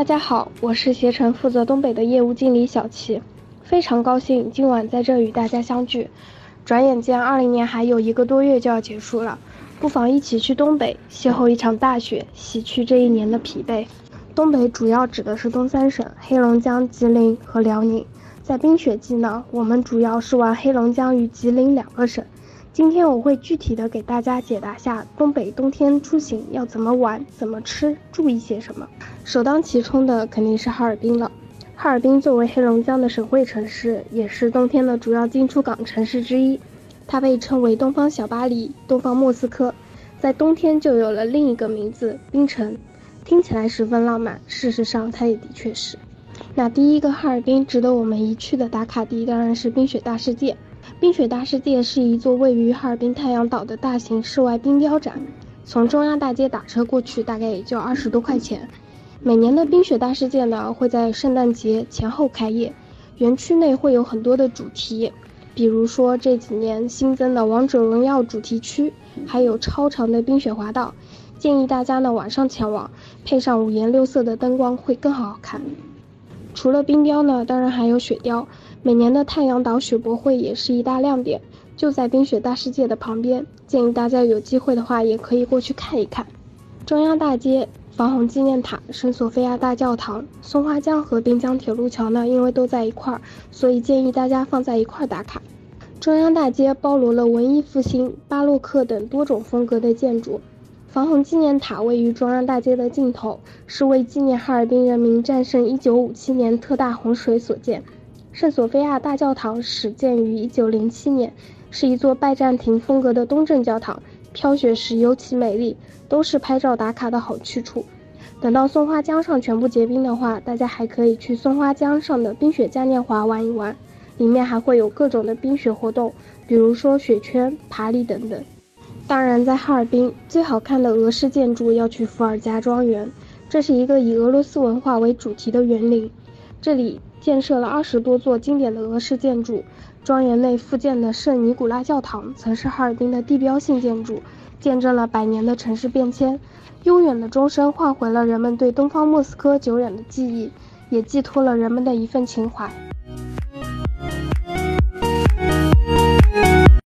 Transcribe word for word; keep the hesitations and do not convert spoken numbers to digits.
家好，我是携程负责东北的业务经理小齐，非常高兴今晚在这与大家相聚。转眼间二零年还有一个多月就要结束了，不妨一起去东北邂逅一场大雪，洗去这一年的疲惫。东北主要指的是东三省，黑龙江、吉林和辽宁。在冰雪季呢，我们主要是玩黑龙江与吉林两个省。今天我会具体的给大家解答下东北冬天出行要怎么玩、怎么吃、注意些什么。首当其冲的肯定是哈尔滨了。哈尔滨作为黑龙江的省会城市，也是冬天的主要进出港城市之一。它被称为东方小巴黎、东方莫斯科，在冬天就有了另一个名字——冰城。听起来十分浪漫，事实上它也的确是。那第一个哈尔滨值得我们一去的打卡地当然是冰雪大世界。冰雪大世界是一座位于哈尔滨太阳岛的大型室外冰雕展，从中央大街打车过去大概也就二十多块钱。每年的冰雪大世界呢会在圣诞节前后开业，园区内会有很多的主题，比如说这几年新增的王者荣耀主题区，还有超长的冰雪滑道，建议大家呢晚上前往，配上五颜六色的灯光会更好看。除了冰雕呢，当然还有雪雕，每年的太阳岛雪博会也是一大亮点，就在冰雪大世界的旁边，建议大家有机会的话也可以过去看一看。中央大街、防洪纪念塔、圣索菲亚大教堂、松花江和滨江铁路桥呢，因为都在一块儿，所以建议大家放在一块儿打卡。中央大街包罗了文艺复兴、巴洛克等多种风格的建筑。防洪纪念塔位于中央大街的尽头，是为纪念哈尔滨人民战胜一九五七年特大洪水所建。圣索菲亚大教堂始建于一九零七年，是一座拜占庭风格的东正教堂，飘雪时尤其美丽，都是拍照打卡的好去处。等到松花江上全部结冰的话，大家还可以去松花江上的冰雪嘉年华玩一玩，里面还会有各种的冰雪活动，比如说雪圈、爬犁等等。当然在哈尔滨最好看的俄式建筑要去伏尔加庄园，这是一个以俄罗斯文化为主题的园林，这里建设了二十多座经典的俄式建筑。庄园内复建的圣尼古拉教堂曾是哈尔滨的地标性建筑，见证了百年的城市变迁。悠远的钟声唤回了人们对东方莫斯科久远的记忆，也寄托了人们的一份情怀。